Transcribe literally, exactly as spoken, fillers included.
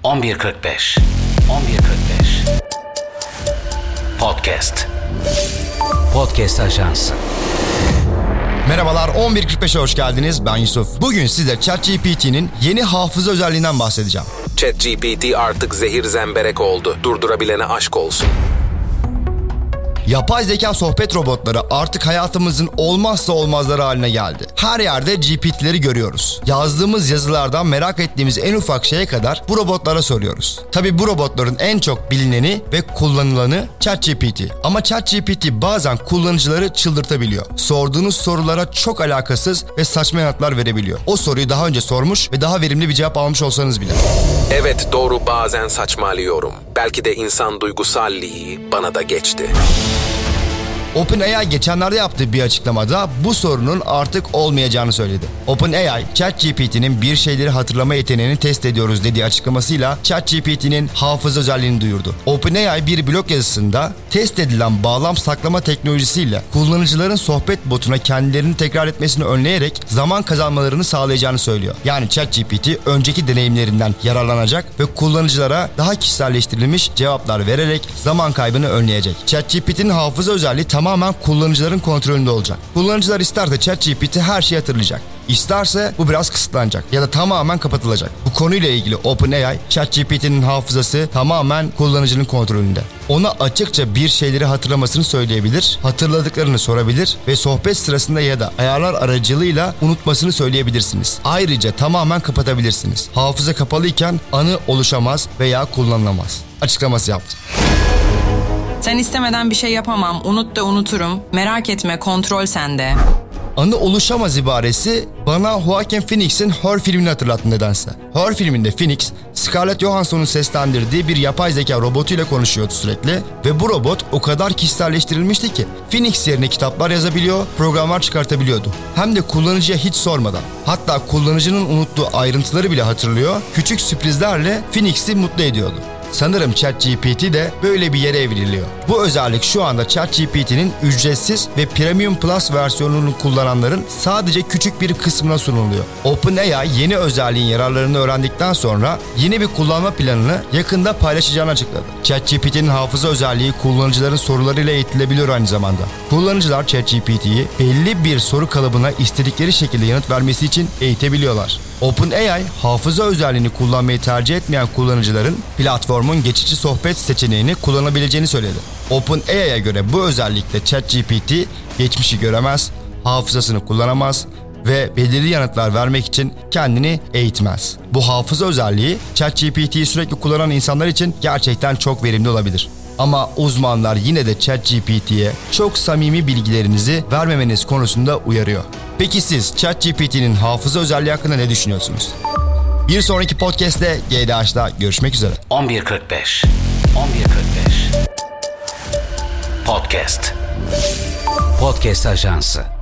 on bir kırk beş on bir kırk beş Podcast Podcast Ajansı. Merhabalar, on bir kırk beşe hoş geldiniz. Ben Yusuf. Bugün size ChatGPT'nin yeni hafıza özelliğinden bahsedeceğim. ChatGPT artık zehir zemberek oldu. Durdurabilene aşk olsun. Yapay zeka sohbet robotları artık hayatımızın olmazsa olmazları haline geldi. Her yerde G P T'leri görüyoruz. Yazdığımız yazılardan merak ettiğimiz en ufak şeye kadar bu robotlara soruyoruz. Tabii bu robotların en çok bilineni ve kullanılanı ChatGPT. Ama ChatGPT bazen kullanıcıları çıldırtabiliyor. Sorduğunuz sorulara çok alakasız ve saçma yanıtlar verebiliyor. O soruyu daha önce sormuş ve daha verimli bir cevap almış olsanız bile. Evet, doğru, bazen saçmalıyorum. Belki de insan duygusalliği bana da geçti. OpenAI geçenlerde yaptığı bir açıklamada bu sorunun artık olmayacağını söyledi. OpenAI, ChatGPT'nin bir şeyleri hatırlama yeteneğini test ediyoruz dediği açıklamasıyla ChatGPT'nin hafıza özelliğini duyurdu. OpenAI bir blog yazısında test edilen bağlam saklama teknolojisiyle kullanıcıların sohbet botuna kendilerini tekrar etmesini önleyerek zaman kazanmalarını sağlayacağını söylüyor. Yani ChatGPT önceki deneyimlerinden yararlanacak ve kullanıcılara daha kişiselleştirilmiş cevaplar vererek zaman kaybını önleyecek. ChatGPT'nin hafıza özelliği tamamen kullanıcıların kontrolünde olacak. Kullanıcılar isterse ChatGPT her şeyi hatırlayacak. İsterse bu biraz kısıtlanacak ya da tamamen kapatılacak. Bu konuyla ilgili OpenAI, ChatGPT'nin hafızası tamamen kullanıcının kontrolünde. Ona açıkça bir şeyleri hatırlamasını söyleyebilir, hatırladıklarını sorabilir ve sohbet sırasında ya da ayarlar aracılığıyla unutmasını söyleyebilirsiniz. Ayrıca tamamen kapatabilirsiniz. Hafıza kapalıyken anı oluşamaz veya kullanılamaz açıklaması yaptı. Sen istemeden bir şey yapamam, unut da unuturum. Merak etme, kontrol sende. Anı oluşamaz ibaresi bana Joaquin Phoenix'in Her filmini hatırlattı nedense. Her filminde Phoenix, Scarlett Johansson'un seslendirdiği bir yapay zeka robotuyla konuşuyordu sürekli ve bu robot o kadar kişiselleştirilmişti ki Phoenix yerine kitaplar yazabiliyor, programlar çıkartabiliyordu. Hem de kullanıcıya hiç sormadan. Hatta kullanıcının unuttuğu ayrıntıları bile hatırlıyor, küçük sürprizlerle Phoenix'i mutlu ediyordu. Sanırım ChatGPT de böyle bir yere evriliyor. Bu özellik şu anda ChatGPT'nin ücretsiz ve Premium Plus versiyonunu kullananların sadece küçük bir kısmına sunuluyor. OpenAI yeni özelliğin yararlarını öğrendikten sonra yeni bir kullanma planını yakında paylaşacağını açıkladı. ChatGPT'nin hafıza özelliği kullanıcıların sorularıyla eğitilebiliyor aynı zamanda. Kullanıcılar ChatGPT'yi belli bir soru kalıbına istedikleri şekilde yanıt vermesi için eğitebiliyorlar. OpenAI, hafıza özelliğini kullanmayı tercih etmeyen kullanıcıların platformun geçici sohbet seçeneğini kullanabileceğini söyledi. OpenAI'ye göre bu özellikle ChatGPT geçmişi göremez, hafızasını kullanamaz ve belirli yanıtlar vermek için kendini eğitmez. Bu hafıza özelliği ChatGPT'yi sürekli kullanan insanlar için gerçekten çok verimli olabilir. Ama uzmanlar yine de ChatGPT'ye çok samimi bilgilerinizi vermemeniz konusunda uyarıyor. Peki siz ChatGPT'nin hafıza özelliği hakkında ne düşünüyorsunuz? Bir sonraki podcast'te G D H'da görüşmek üzere. on bir kırk beş on bir kırk beş Podcast Podcast Ajansı.